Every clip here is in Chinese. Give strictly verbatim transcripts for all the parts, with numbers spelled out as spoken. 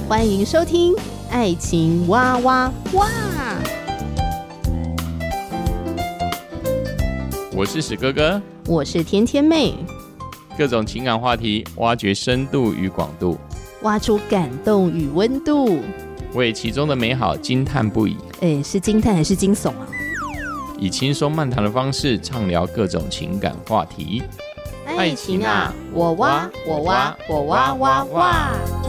欢迎收听《爱情哇哇哇》。 我是史哥哥， 我是甜甜妹， 各种情感话题，挖掘深度与广度， 挖出感动与温度， 为其中的美好惊叹不已。 哎，是惊叹还是惊悚啊？ 以轻松漫谈的方式畅聊各种情感话题。 爱情啊，我挖我挖我挖挖挖。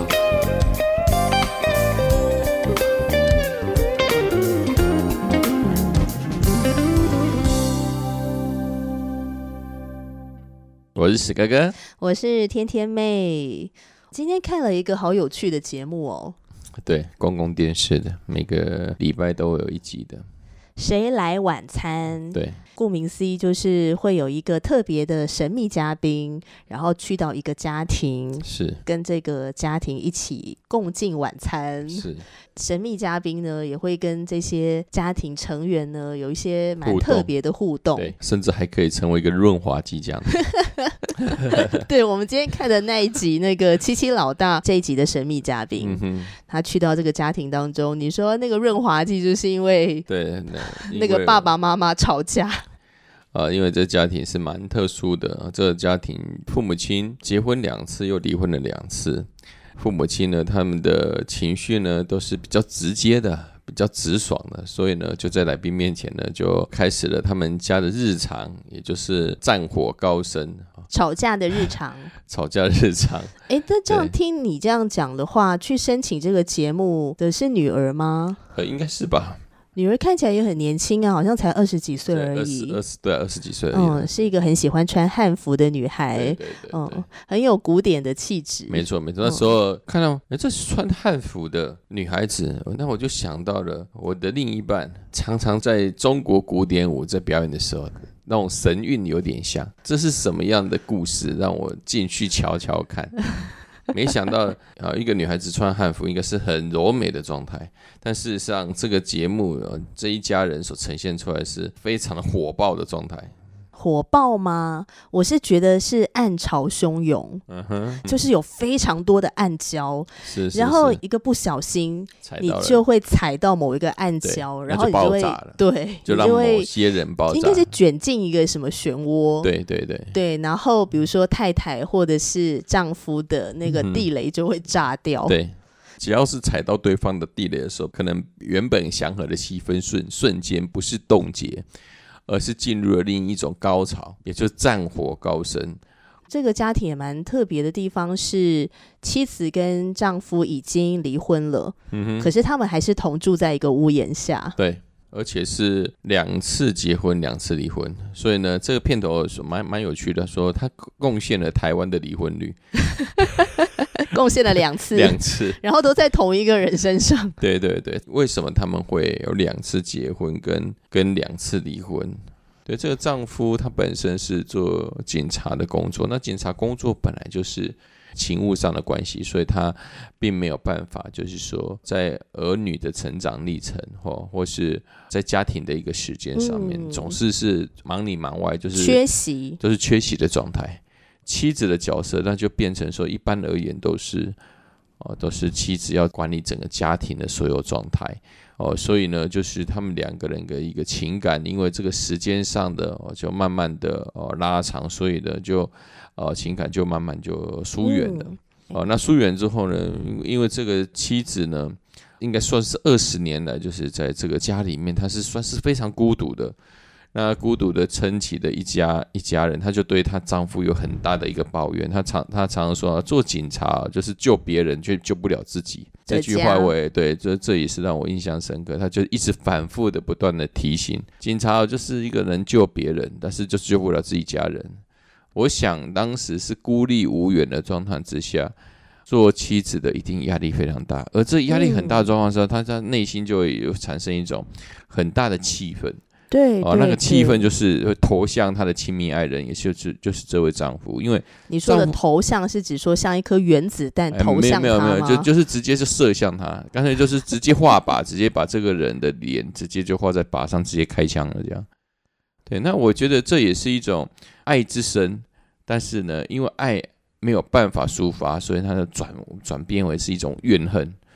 我是史哥哥， 我是甜甜妹。今天看了一个好有趣的节目哦。 对，公共电视的，每个礼拜都有一集的。 谁来晚餐？ 对， 顾名思义就是会有一个特别的神秘嘉宾，然后去到一个家庭， 是跟这个家庭一起共进晚餐。 是， 神秘嘉宾呢也会跟这些家庭成员呢有一些蛮特别的互动， 对，甚至还可以成为一个润滑剂这样子。 对，我们今天看的那一集，那个七七老大这一集的神秘嘉宾，嗯、他去到这个家庭当中，你说那个润滑剂就是因为对那个爸爸妈妈吵架。 呃，因为这家庭是蛮特殊的，这个家庭父母亲结婚两次又离婚了两次，父母亲呢他们的情绪呢都是比较直接的，比较直爽的，所以呢就在来宾面前呢就开始了他们家的日常，也就是战火高升， 吵架的日常吵架的日常。 哎，那这样听你这样讲的话，去申请这个节目的是女儿吗？ 呃，应该是吧。 女儿看起来也很年轻啊，好像才二十几岁而已。 二十对，二十几岁而已。 嗯，是一个很喜欢穿汉服的女孩。 对对 对, 对， 嗯，很有古典的气质。 没错没错，那时候看到哎，这是穿汉服的女孩子，那我就想到了我的另一半，常常在中国古典舞在表演的时候，那种神韵有点像。这是什么样的故事？让我进去瞧瞧看。没想到啊，一个女孩子穿汉服应该是很柔美的状态，但事实上这个节目这一家人所呈现出来是非常的火爆的状态。 火爆吗？我是觉得是暗潮汹涌，嗯哼，就是有非常多的暗礁， 是是是， 然后一个不小心你就会踩到某一个暗礁，然后你就会爆炸了， 对， 就让某些人爆炸， 应该是卷进一个什么漩涡， 对对对对，然后比如说太太或者是丈夫的那个地雷就会炸掉， 嗯、对。只要是踩到对方的地雷的时候，可能原本祥和的气氛瞬瞬间不是冻结，而是进入了另一种高潮，也就是战火高升。 这个家庭也蛮特别的地方是，妻子跟丈夫已经离婚了，嗯、可是他们还是同住在一个屋檐下。 对，而且是两次结婚，两次离婚。所以呢，这个片头蛮蛮有趣的，说他贡献了台湾的离婚率。 贡献了两次， 两次， 然后都在同一个人身上。 对对对，为什么他们会有两次结婚跟跟两次离婚？对，这个丈夫他本身是做警察的工作，那警察工作本来就是情务上的关系，所以他并没有办法，就是说在儿女的成长历程或或是在家庭的一个时间上面，嗯、总是是忙里忙外，就是缺席， 就是缺席的状态。妻子的角色，那就变成说，一般而言都是，哦，都是妻子要管理整个家庭的所有状态，哦，所以呢，就是他们两个人的一个情感，因为这个时间上的，哦，就慢慢的哦拉长，所以呢，就哦情感就慢慢就疏远了，嗯、哦，那疏远之后呢，因为这个妻子呢，应该算是二十年来，就是在这个家里面，她是算是非常孤独的。那孤独的撑起的一家一家人，她就对她丈夫有很大的一个抱怨。她常她常常说，做警察就是救别人，却救不了自己。这句话我也对，这这也是让我印象深刻。她就一直反复的不断的提醒，警察就是一个人救别人，但是就救不了自己家人。我想当时是孤立无援的状态之下，做妻子的一定压力非常大，而这压力很大的状况下，她在内心就会有产生一种很大的气愤。 对， 哦，那个气氛就是会投向他的亲密爱人，也就是就是这位丈夫。因为你说的投向是指说像一颗原子弹投向他吗？ 没有没有没有，就就是直接就射向他，刚才就是直接画靶，直接把这个人的脸直接就画在靶上，直接开枪了这样。对，那我觉得这也是一种爱之深，但是呢，因为爱没有办法抒发，所以它的转转变为是一种怨恨。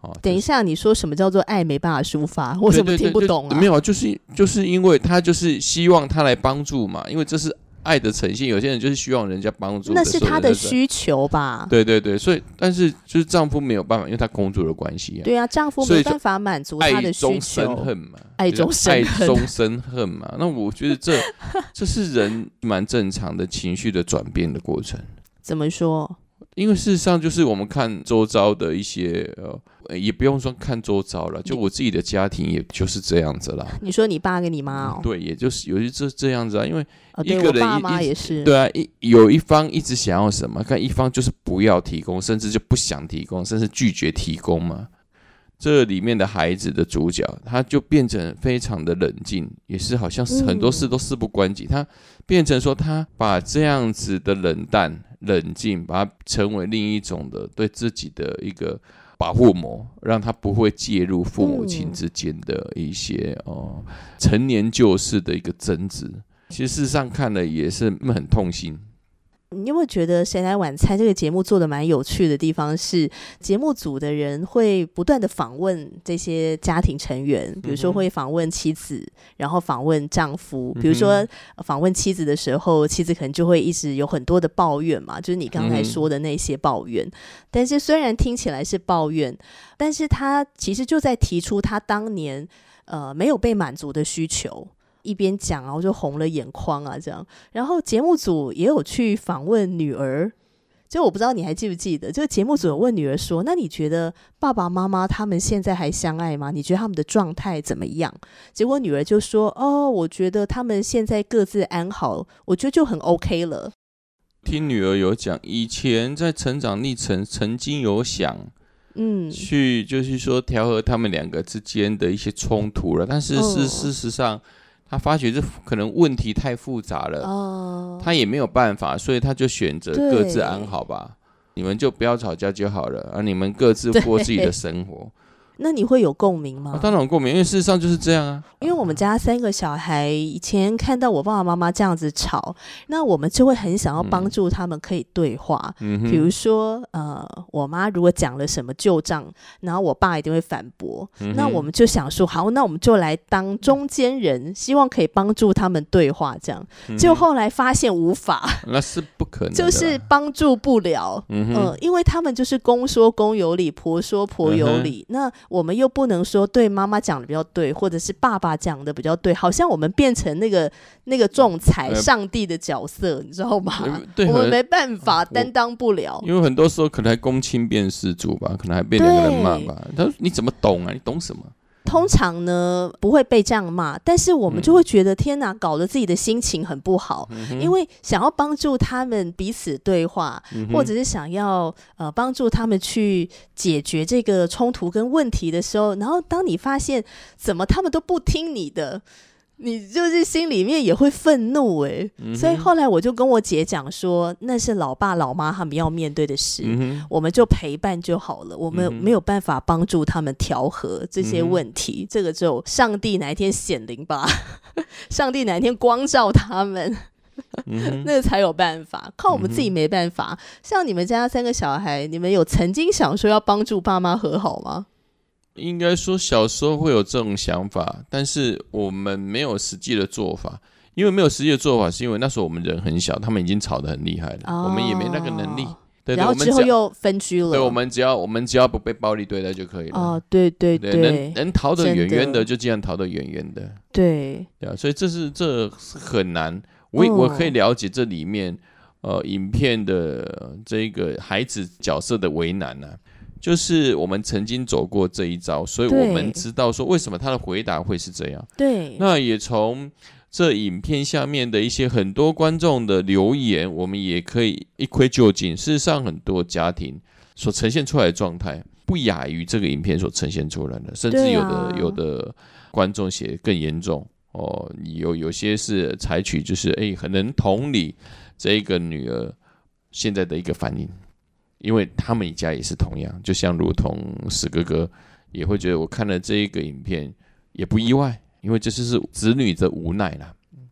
哦、 等一下，你说什么叫做爱没办法抒发？我怎么听不懂啊？ 没有，就是就是因为他就是希望他来帮助嘛，因为这是爱的呈现。有些人就是希望人家帮助的， 那是他的需求吧？ 对对对，所以但是就是丈夫没有办法，因为他工作的关系啊。 对啊，丈夫没办法满足他的需求。 爱中生恨嘛， 爱中生恨， 爱中生恨嘛。那我觉得这这是人蛮正常的情绪的转变的过程。 怎么说？ 因为事实上就是我们看周遭的一些呃，也不用说看周遭了，就我自己的家庭也就是这样子啦。 你说你爸跟你妈哦？ 嗯、对，也就是有些这这样子啊，因为一个人、哦、对我爸妈也是。 对啊，一有一方一直想要什么，看一方就是不要提供，甚至就不想提供，甚至拒绝提供嘛。这里面的孩子的主角，他就变成非常的冷静，也是好像很多事都事不关己。嗯、他变成说，他把这样子的冷淡、冷静，把它成为另一种的对自己的一个保护膜，让他不会介入父母亲之间的一些、嗯哦、陈年旧事的一个争执。其实事实上看了也是很痛心。 你有没有觉得《谁来晚餐》这个节目做的蛮有趣的地方是，节目组的人会不断的访问这些家庭成员，比如说会访问妻子，然后访问丈夫。比如说访问妻子的时候，妻子可能就会一直有很多的抱怨嘛，就是你刚才说的那些抱怨。但是虽然听起来是抱怨，但是他其实就在提出他当年呃没有被满足的需求。一边讲啊，我就红了眼眶啊，这样。然后节目组也有去访问女儿，就我不知道你还记不记得，这个节目组有问女儿说：“那你觉得爸爸妈妈他们现在还相爱吗？你觉得他们的状态怎么样？”结果女儿就说：“哦，我觉得他们现在各自安好，我觉得就很 OK 了。” 听女儿有讲，以前在成长历程曾经有想。嗯，去就是说调和他们两个之间的一些冲突了，但是是、哦、事实上。他发觉这可能问题太复杂了，哦、他也没有办法，所以他就选择各自安好吧，你们就不要吵架就好了，啊，你们各自过自己的生活。那你会有共鸣吗？ 啊、当然有共鸣，因为事实上就是这样啊。 因为我们家三个小孩以前看到我爸爸妈妈这样子吵，那我们就会很想要帮助他们可以对话。嗯、比如说，呃，我妈如果讲了什么旧账，然后我爸一定会反驳。嗯、那我们就想说，好，那我们就来当中间人，希望可以帮助他们对话。这样，嗯、就后来发现无法， 那是不可能的， 就是帮助不了。嗯、呃，因为他们就是公说公有理，婆说婆有理。嗯、那我们又不能说对妈妈讲的比较对，或者是爸爸讲的比较对，好像我们变成那个那个仲裁上帝的角色，你知道吗？我们没办法担当不了， 因为很多时候可能还公亲变事主吧，可能还被两个人骂吧。他说你怎么懂啊？你懂什么？ 通常呢不会被这样骂，但是我们就会觉得、嗯、天哪，搞得自己的心情很不好、嗯、因为想要帮助他们彼此对话、嗯、或者是想要呃帮助他们去解决这个冲突跟问题的时候，然后当你发现怎么他们都不听你的，你就是心里面也会愤怒哎、嗯，所以后来我就跟我姐讲说，那是老爸老妈他们要面对的事、嗯，我们就陪伴就好了，我们没有办法帮助他们调和这些问题，嗯、这个只有上帝哪一天显灵吧，上帝哪一天光照他们。嗯、那个才有办法，靠我们自己没办法、嗯。像你们家三个小孩，你们有曾经想说要帮助爸妈和好吗？ 应该说小时候会有这种想法，但是我们没有实际的做法。因为没有实际的做法，是因为那时候我们人很小，他们已经吵得很厉害了、哦、我们也没那个能力。对对， 然后之后又分居了。 对，我们只要我们只要不被暴力对待就可以了。 哦，对对 对, 对，能能逃得远远的就尽量逃得远远的。 对， 对啊，所以这是这是很难。我、哦、我可以了解这里面呃影片的这个孩子角色的为难啊。就是我们曾经走过这一招，所以我们知道说为什么他的回答会是这样。 对， 那也从这影片下面的一些很多观众的留言，我们也可以一窥究竟。事实上，很多家庭所呈现出来的状态，不亚于这个影片所呈现出来的，甚至有的、啊、有的观众写更严重哦，有有些是采取就是哎很能同理这一个女儿现在的一个反应。因为他们家也是同样，就像如同史哥哥也会觉得我看了这一个影片也不意外，因为这就是子女的无奈啦。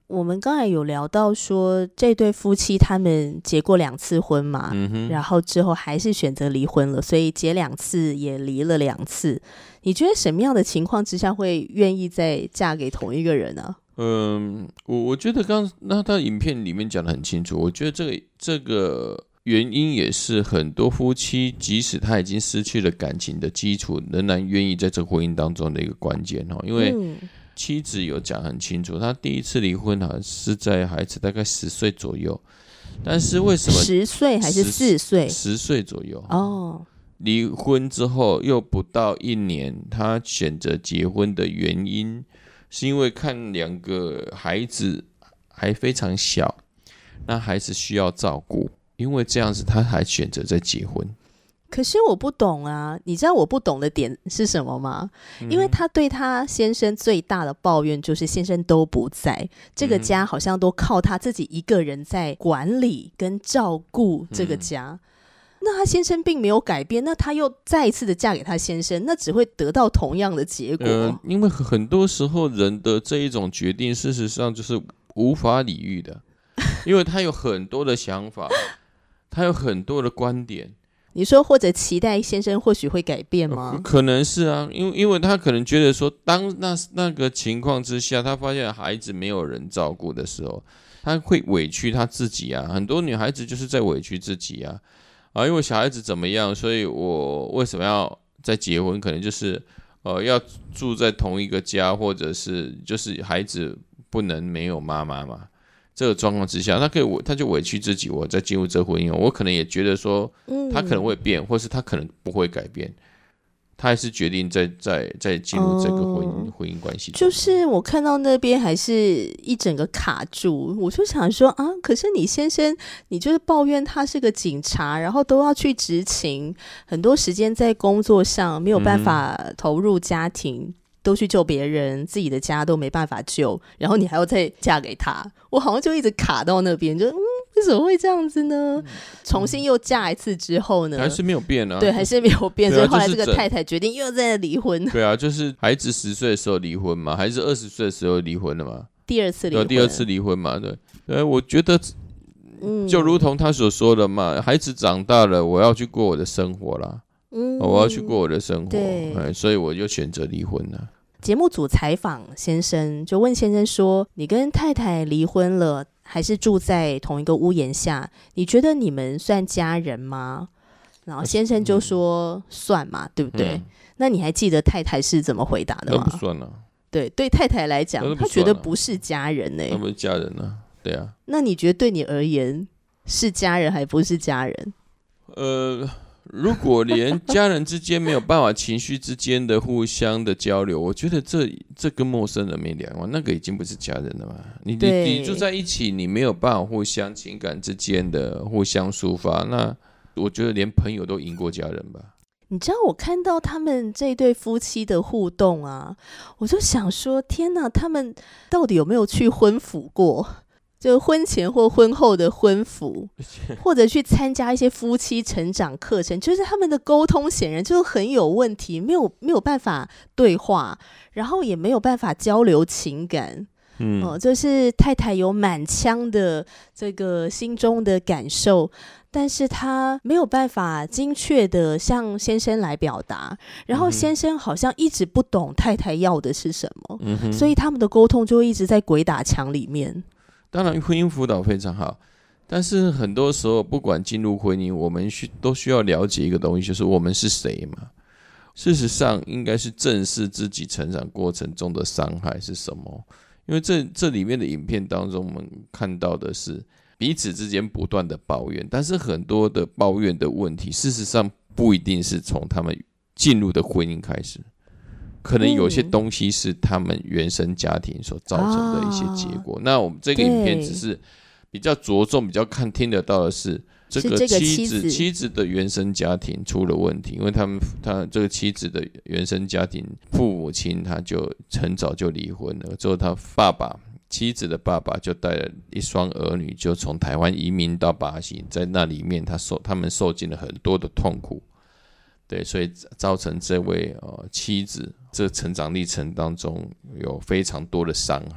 我们刚才有聊到说，这对夫妻他们结过两次婚嘛， 嗯、 然后之后还是选择离婚了，所以结两次也离了两次。你觉得什么样的情况之下会愿意再嫁给同一个人呢？ 嗯，我我觉得刚那他影片里面讲得很清楚，我觉得这个这个原因也是很多夫妻即使他已经失去了感情的基础，仍然愿意在这个婚姻当中的一个关键，因为、嗯妻子有讲很清楚，他第一次离婚好像是在孩子大概十岁左右，但是为什么十岁还是四岁？ 十岁左右哦。 离婚之后又不到一年，他选择结婚的原因是因为看两个孩子还非常小，那孩子需要照顾，因为这样子他还选择再结婚。 可是我不懂啊，你知道我不懂的点是什么吗？嗯、因为他对他先生最大的抱怨就是先生都不在，这个家好像都靠他自己一个人在管理跟照顾这个家。嗯、那他先生并没有改变，那他又再一次的嫁给他先生，那只会得到同样的结果。 呃、因为很多时候人的这一种决定，事实上就是无法理喻的，因为他有很多的想法，他有很多的观点。 你说或者期待先生或许会改变吗？ 可能是啊，因为因为他可能觉得说，当那那个情况之下，他发现孩子没有人照顾的时候，他会委屈他自己啊。很多女孩子就是在委屈自己啊，啊，因为小孩子怎么样，所以我为什么要再结婚？可能就是呃要住在同一个家，或者是就是孩子不能没有妈妈嘛。这个状况之下，他可以，他就委屈自己。我在进入这个婚姻，我可能也觉得说，他可能会变，嗯、或是他可能不会改变，他还是决定再再再进入这个婚姻、哦、婚姻关系。 就是我看到那边还是一整个卡住，我就想说啊，可是你先生，你就是抱怨他是个警察，然后都要去执勤，很多时间在工作上没有办法投入家庭。嗯都去救别人，自己的家都没办法救，然后你还要再嫁给他，我好像就一直卡到那边，就嗯，为什么会这样子呢？嗯、重新又嫁一次之后呢， 还是没有变啊？ 对，还是没有变，啊、所以后来这个太太决定又在离婚。 对啊，就是孩子十岁的时候离婚嘛，孩子二十岁的时候离婚了嘛， 第二次离婚， 第二次离婚嘛，对，对，我觉得。就如同他所说的嘛，孩子长大了，我要去过我的生活啦，嗯，我要去过我的生活，哎，所以我就选择离婚了。 节目组采访先生，就问先生说：“你跟太太离婚了，还是住在同一个屋檐下？你觉得你们算家人吗？”然后先生就说：“嗯、算嘛，对不对？”嗯、那你还记得太太是怎么回答的吗？ 那不算啊。对， 对太太来讲，她觉得不是家人呢、欸。 他们是家人啊，对啊。 那你觉得对你而言是家人还不是家人？ 呃。如果连家人之间没有办法情绪之间的互相的交流，我觉得这这跟陌生人没两样，那个已经不是家人了嘛。你你你住在一起，你没有办法互相情感之间的互相抒发，那我觉得连朋友都赢过家人吧。 你知道我看到他们这对夫妻的互动啊，我就想说，天哪，他们到底有没有去婚辅过？就婚前或婚后的婚辅，或者去参加一些夫妻成长课程，就是他们的沟通显然就很有问题，没有没有办法对话，然后也没有办法交流情感。嗯、呃，就是太太有满腔的这个心中的感受，但是他没有办法精确的向先生来表达，然后先生好像一直不懂太太要的是什么，嗯、所以他们的沟通就一直在鬼打墙里面。 当然婚姻辅导非常好，但是很多时候不管进入婚姻，我们需都需要了解一个东西，就是我们是谁嘛。事实上应该是正视自己成长过程中的伤害是什么，因为这这里面的影片当中我们看到的是彼此之间不断的抱怨，但是很多的抱怨的问题事实上不一定是从他们进入的婚姻开始，可能有些东西是他们原生家庭所造成的一些结果。啊、那我们这个影片只是比较着重、比较看听得到的是这个妻子妻子的原生家庭出了问题，因为他们他这个妻子的原生家庭父母亲他就很早就离婚了，之后他爸爸妻子的爸爸就带了一双儿女，就从台湾移民到巴西，在那里面他受他们受尽了很多的痛苦。对，所以造成这位、呃、妻子这成长历程当中有非常多的伤害。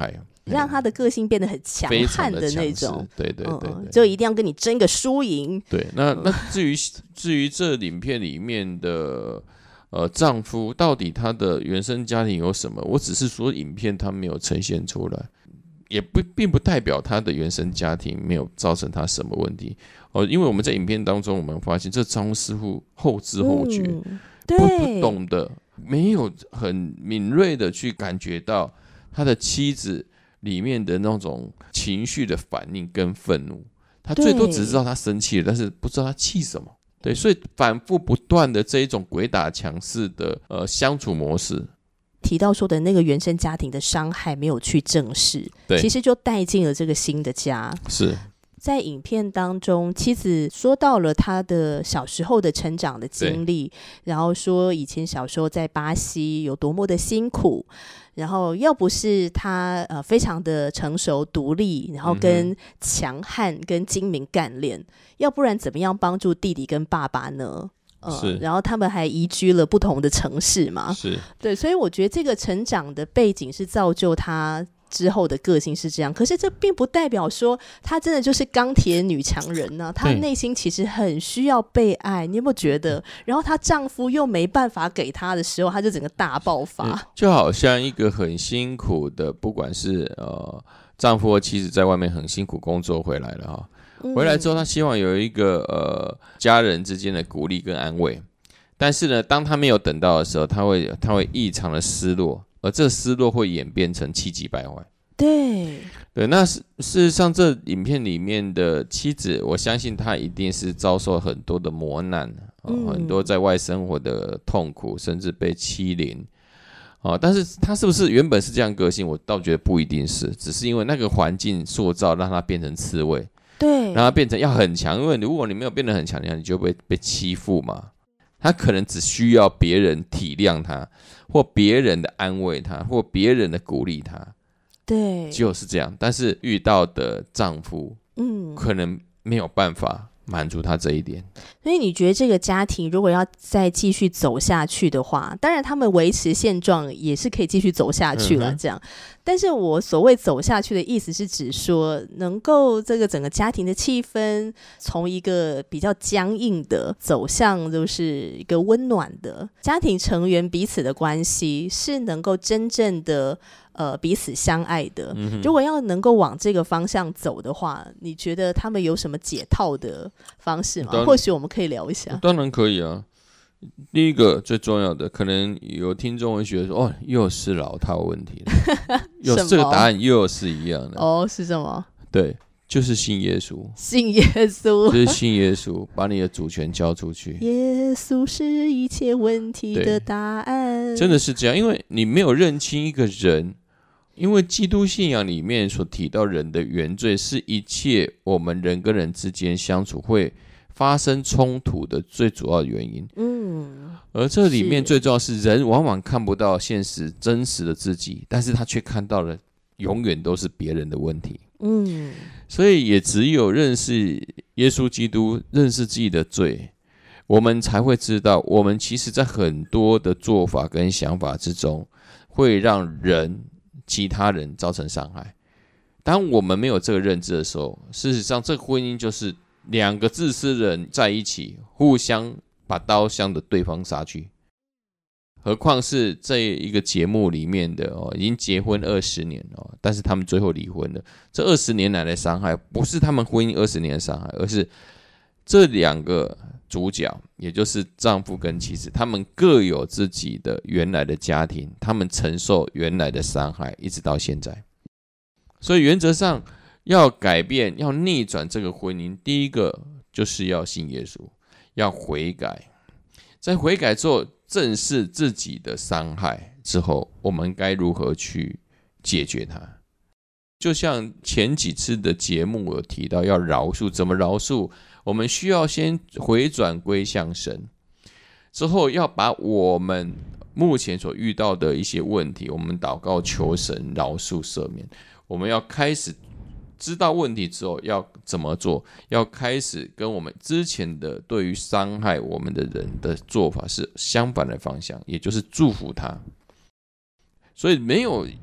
让他的个性变得很强悍的那种。 对对 对, 对、嗯， 就一定要跟你争个输赢。 对，那那至于至于这影片里面的呃丈夫到底他的原生家庭有什么，我只是说影片他没有呈现出来。也不并不代表他的原生家庭没有造成他什么问题哦，因为我们在影片当中，我们发现这丈夫似乎后知后觉， 嗯、 不不懂得，没有很敏锐的去感觉到他的妻子里面的那种情绪的反应跟愤怒，他最多只知道他生气了，但是不知道他气什么。对，所以反复不断的这一种鬼打墙式的呃相处模式。 提到说的那个原生家庭的伤害没有去正视，其实就带进了这个新的家。 是在影片当中，妻子说到了她的小时候的成长的经历，然后说以前小时候在巴西有多么的辛苦，然后要不是她呃非常的成熟独立，然后跟强悍跟精明干练、嗯、要不然怎么样帮助弟弟跟爸爸呢？呃、然后他们还移居了不同的城市嘛， 是对，所以我觉得这个成长的背景是造就他之后的个性是这样，可是这并不代表说她真的就是钢铁女强人呢、啊，她内心其实很需要被爱，你有没有觉得？然后她丈夫又没办法给她的时候，她就整个大爆发， 就好像一个很辛苦的，不管是呃丈夫或妻子在外面很辛苦工作回来了哈。回来之后，他希望有一个呃家人之间的鼓励跟安慰，但是呢，当他没有等到的时候，他会他会异常的失落，而这失落会演变成气急败坏。 对对，那事实上，这影片里面的妻子，我相信她一定是遭受很多的磨难、呃嗯、很多在外生活的痛苦，甚至被欺凌。哦、但是她是不是原本是这样个性，我倒觉得不一定是，只是因为那个环境塑造让她变成刺猬。 对， 让他变成要很强，因为如果你没有变得很强，你就会被被欺负嘛。他可能只需要别人体谅他，或别人的安慰他，或别人的鼓励他。 对， 就是这样。但是遇到的丈夫， 嗯， 可能没有办法满足他这一点。 所以你觉得这个家庭如果要再继续走下去的话，当然他们维持现状也是可以继续走下去了，这样、嗯、但是我所谓走下去的意思是指说能够这个整个家庭的气氛从一个比较僵硬的走向就是一个温暖的家庭成员彼此的关系是能够真正的呃，彼此相爱的、嗯、如果要能够往这个方向走的话，你觉得他们有什么解套的方式吗？或许我们可以聊一下。 当然可以啊。第一个最重要的，可能有听众会觉得说，哦，又是老套问题了，又这个答案又是一样的。 哦，是什么？ 对，就是信耶稣。 信耶稣， 就是信耶稣，把你的主权交出去。 耶稣是一切问题的答案。 真的是这样，因为你没有认清一个人。因为基督信仰里面所提到人的原罪是一切我们人跟人之间相处会发生冲突的最主要的原因。 嗯， 而这里面最重要是人往往看不到现实真实的自己，但是他却看到了永远都是别人的问题。 嗯， 所以也只有认识耶稣基督，认识自己的罪，我们才会知道我们其实在很多的做法跟想法之中会让人其他人造成伤害。当我们没有这个认知的时候，事实上这个婚姻就是两个自私人在一起互相把刀向着对方杀去，何况是这一个节目里面的、哦、已经结婚二十年、哦、但是他们最后离婚了。这二十年来的伤害不是他们婚姻二十年的伤害，而是这两个主角，也就是丈夫跟妻子，他们各有自己的原来的家庭，他们承受原来的伤害，一直到现在。所以原则上要改变，要逆转这个婚姻，第一个就是要信耶稣，要悔改。在悔改之后，正视自己的伤害之后，我们该如何去解决它？就像前几次的节目有提到，要饶恕，怎么饶恕？我们需要先回转归向神，之后要把我们目前所遇到的一些问题，我们祷告求神饶恕赦免。我们要开始知道问题之后要怎么做，要开始跟我们之前的对于伤害我们的人的做法是相反的方向，也就是祝福他。所以没有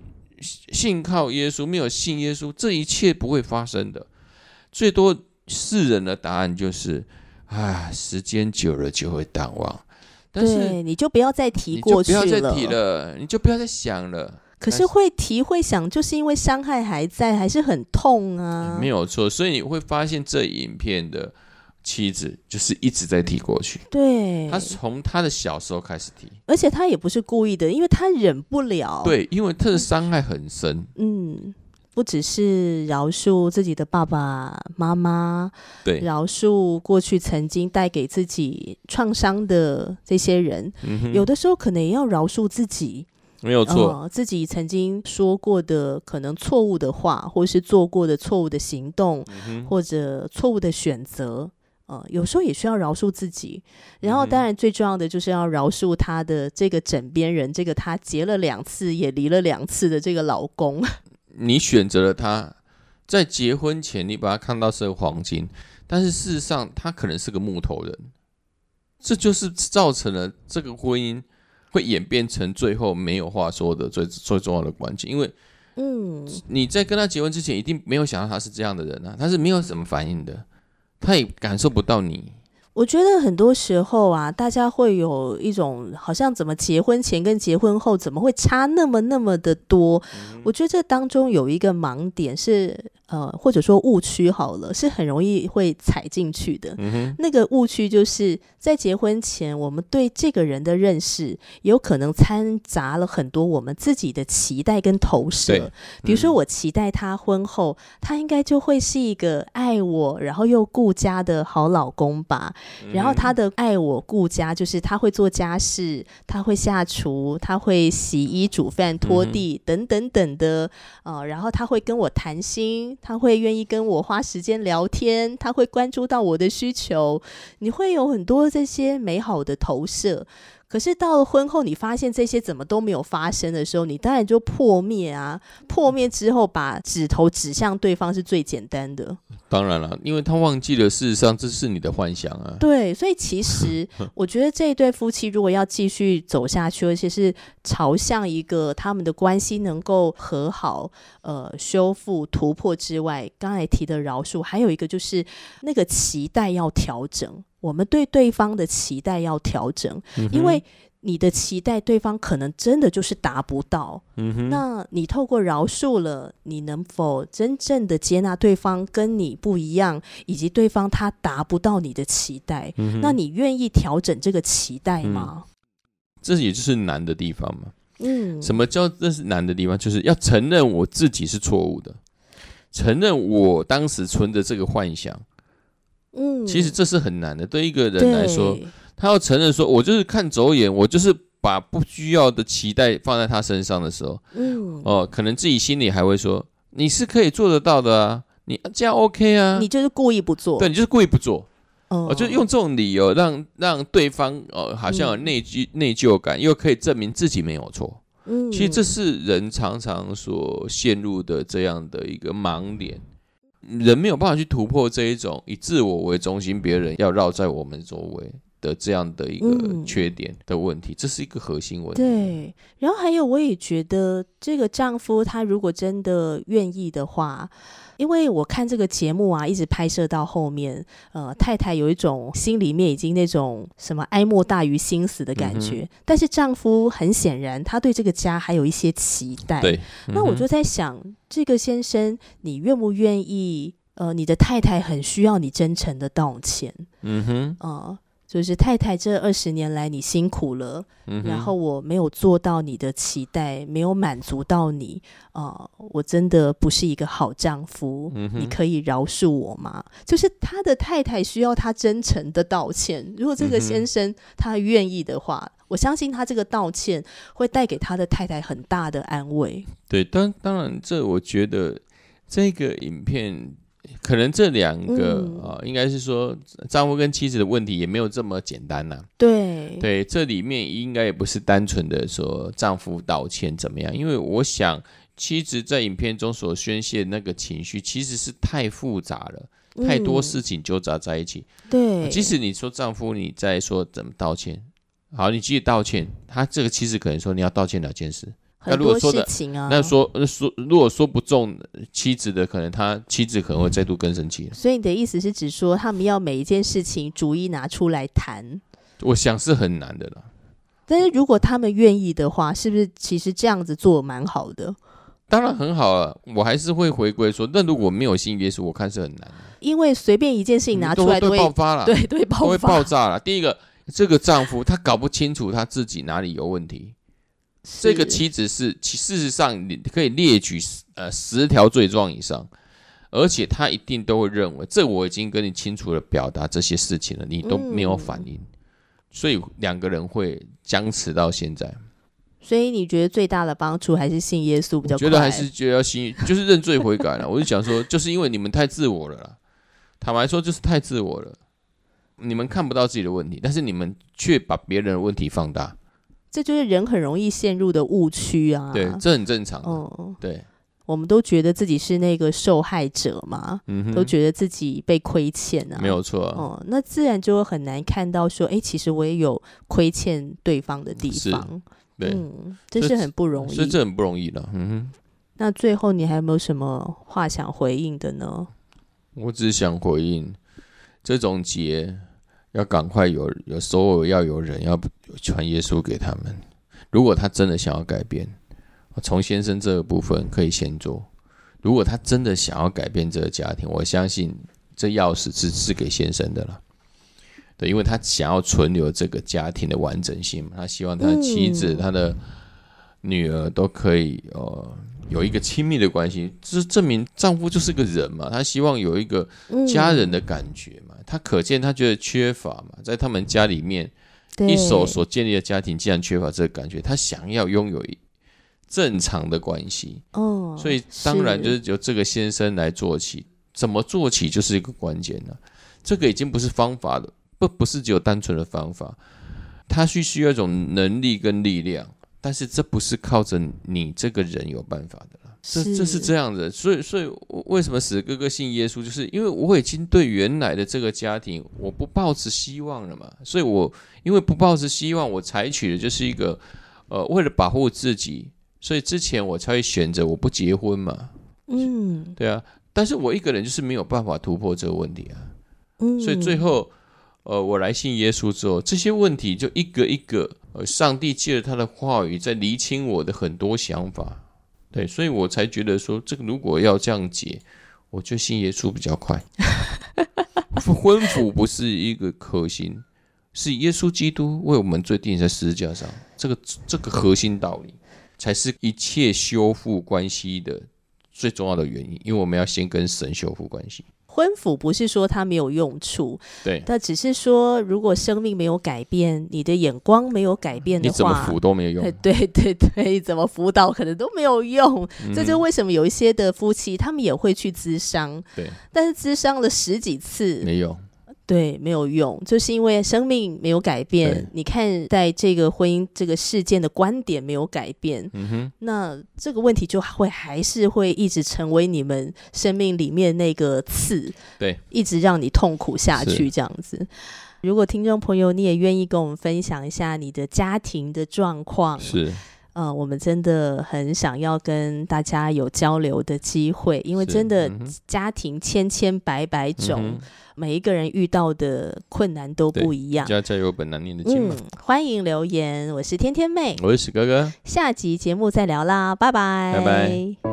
信靠耶稣，没有信耶稣，这一切不会发生的。最多世人的答案就是啊，时间久了就会淡忘。但是对，你就不要再提过去了， 你就不要再提了，你就不要再想了。 可是会提会想，就是因为伤害还在，还是很痛啊。 没有错，所以你会发现这影片的妻子就是一直在提过去。 对， 他从他的小时候开始提， 而且他也不是故意的，因为他忍不了。 对，因为他的伤害很深。 嗯。不只是饶恕自己的爸爸妈妈， 对， 饶恕过去曾经带给自己创伤的这些人， 嗯、 有的时候可能也要饶恕自己， 没有错、 呃，自己曾经说过的可能错误的话，或是做过的错误的行动， 嗯、 或者错误的选择。呃，有时候也需要饶恕自己，然后当然最重要的就是要饶恕他的这个枕边人，这个他结了两次也离了两次的这个老公。 你选择了他，在结婚前你把他看到是个黄金，但是事实上他可能是个木头人，这就是造成了这个婚姻会演变成最后没有话说的最最重要的关键。因为嗯，你在跟他结婚之前一定没有想到他是这样的人啊，他是没有什么反应的，他也感受不到你。 我觉得很多时候啊，大家会有一种好像怎么结婚前跟结婚后怎么会差那么那么的多、嗯、我觉得这当中有一个盲点是呃，或者说误区好了，是很容易会踩进去的、嗯、那个误区就是在结婚前我们对这个人的认识有可能掺杂了很多我们自己的期待跟投射、嗯、比如说我期待他婚后他应该就会是一个爱我然后又顾家的好老公吧，然后他的爱我顾家就是他会做家事，他会下厨，他会洗衣煮饭拖地、嗯、等等等的、呃、然后他会跟我谈心，他会愿意跟我花时间聊天，他会关注到我的需求，你会有很多这些美好的投射。可是到了婚后你发现这些怎么都没有发生的时候，你当然就破灭啊，破灭之后把指头指向对方是最简单的。 当然了，因为他忘记了事实上这是你的幻想啊。 对，所以其实我觉得这一对夫妻如果要继续走下去，而且是朝向一个他们的关系能够和好、呃修复、突破之外，刚才提的饶恕还有一个就是那个期待要调整，我们对对方的期待要调整、嗯、因为你的期待对方可能真的就是达不到、嗯、那你透过饶恕了，你能否真正的接纳对方跟你不一样，以及对方他达不到你的期待、嗯、那你愿意调整这个期待吗、嗯、 这也就是难的地方嘛。嗯，什么叫这是难的地方？就是要承认我自己是错误的，承认我当时存着这个幻想。嗯，其实这是很难的，对一个人来说，他要承认说我就是看走眼，我就是把不需要的期待放在他身上的时候，嗯，哦，可能自己心里还会说你是可以做得到的啊，你这样 OK 啊， 你就是故意不做， 对，你就是故意不做，哦，哦就用这种理由让让对方哦好像有内疚、嗯、内疚感，又可以证明自己没有错。嗯，其实这是人常常所陷入的这样的一个盲点。人没有办法去突破这一种以自我为中心，别人要绕在我们周围的这样的一个缺点的问题、嗯、这是一个核心问题。 对，然后还有我也觉得这个丈夫他如果真的愿意的话，因为我看这个节目啊一直拍摄到后面，呃，太太有一种心里面已经那种什么哀莫大于心死的感觉、嗯、但是丈夫很显然他对这个家还有一些期待。对、嗯、那我就在想这个先生你愿不愿意呃，你的太太很需要你真诚的道歉。嗯哼，呃就是太太这二十年来你辛苦了、嗯、然后我没有做到你的期待，没有满足到你、呃、我真的不是一个好丈夫、嗯、你可以饶恕我吗？就是他的太太需要他真诚的道歉，如果这个先生他愿意的话、嗯、我相信他这个道歉会带给他的太太很大的安慰。 对，当当然这我觉得这个影片可能这两个、嗯呃、应该是说丈夫跟妻子的问题也没有这么简单呐、啊。对对，这里面应该也不是单纯的说丈夫道歉怎么样，因为我想妻子在影片中所宣泄的那个情绪其实是太复杂了、嗯、太多事情纠杂在一起。对，即使你说丈夫你在说怎么道歉，好，你继续道歉，他这个妻子可能说你要道歉两件事。 很多事情啊。 那说说如果说不中妻子的，可能他妻子可能会再度更生气。 所以你的意思是指说，他们要每一件事情逐一拿出来谈？ 我想是很难的啦。 但是如果他们愿意的话，是不是其实这样子做蛮好的？ 当然很好啊，我还是会回归说，但如果没有信耶稣，我看是很难的。 因为随便一件事情拿出来都会爆发了， 对对爆发， 都会爆炸了。第一个，这个丈夫他搞不清楚他自己哪里有问题，这个妻子是事实上你可以列举呃十条罪状以上，而且他一定都会认为，这我已经跟你清楚的表达这些事情了，你都没有反应，嗯、所以两个人会僵持到现在。 所以你觉得最大的帮助还是信耶稣比较快？ 我觉得还是觉得要信，就是认罪悔改了。我就讲说，就是因为你们太自我了啦，坦白说就是太自我了。你们看不到自己的问题，但是你们却把别人的问题放大， 这就是人很容易陷入的误区啊。 对，这很正常。 哦， 对， 我们都觉得自己是那个受害者嘛，嗯、都觉得自己被亏欠啊， 没有错、啊。 哦，那自然就会很难看到说，哎，其实我也有亏欠对方的地方。 对， 嗯，这是很不容易， 所以这很不容易的。嗯哼。 那最后你还有没有什么话想回应的呢？ 我只想回应，这种节要赶快有有首尔要有人要传耶稣给他们。如果他真的想要改变，从先生这个部分可以先做。如果他真的想要改变这个家庭，我相信这钥匙是是给先生的了。对，因为他想要存留这个家庭的完整性嘛，他希望他的妻子、嗯、他的女儿都可以呃有一个亲密的关系，这证明丈夫就是个人嘛，他希望有一个家人的感觉嘛，嗯、他可见他觉得缺乏嘛，在他们家里面一手所建立的家庭既然缺乏这个感觉，他想要拥有正常的关系，哦，所以当然就是由这个先生来做起，怎么做起就是一个关键了、啊。这个已经不是方法了。不不是只有单纯的方法，它需需要一种能力跟力量，但是这不是靠着你这个人有办法的啦。这这是这样的，所以所以为什么史哥哥信耶稣，就是因为我已经对原来的这个家庭我不抱持希望了嘛，所以我因为不抱持希望，我采取的就是一个呃为了保护自己，所以之前我才会选择我不结婚嘛。嗯，对啊，但是我一个人就是没有办法突破这个问题啊。嗯，所以最后。呃，我来信耶稣之后，这些问题就一个一个，呃，上帝借着他的话语在厘清我的很多想法，对，所以我才觉得说，这个如果要这样解，我就信耶稣比较快。婚服不是一个核心，是耶稣基督为我们罪定在十字架上，这个这个核心道理，才是一切修复关系的最重要的原因，因为我们要先跟神修复关系。 婚服不是说它没有用处， 对， 但只是说如果生命没有改变，你的眼光没有改变的话， 你怎么辅都没有用。 对对对，怎么辅导可能都没有用。嗯、这就为什么有一些的夫妻，他们也会去咨商， 对， 但是咨商了十几次没用。 对，没有用，就是因为生命没有改变，你看待这个婚姻这个事件的观点没有改变，嗯哼，那这个问题就会还是会一直成为你们生命里面那个刺， 对， 一直让你痛苦下去这样子。如果听众朋友你也愿意跟我们分享一下你的家庭的状况， 是。 呃，我们真的很想要跟大家有交流的机会，因为真的家庭千千百百种、嗯、每一个人遇到的困难都不一样， 家家有本难念的经嘛、嗯、 欢迎留言，我是天天妹， 我是史哥哥， 下集节目再聊啦，拜拜， 拜拜。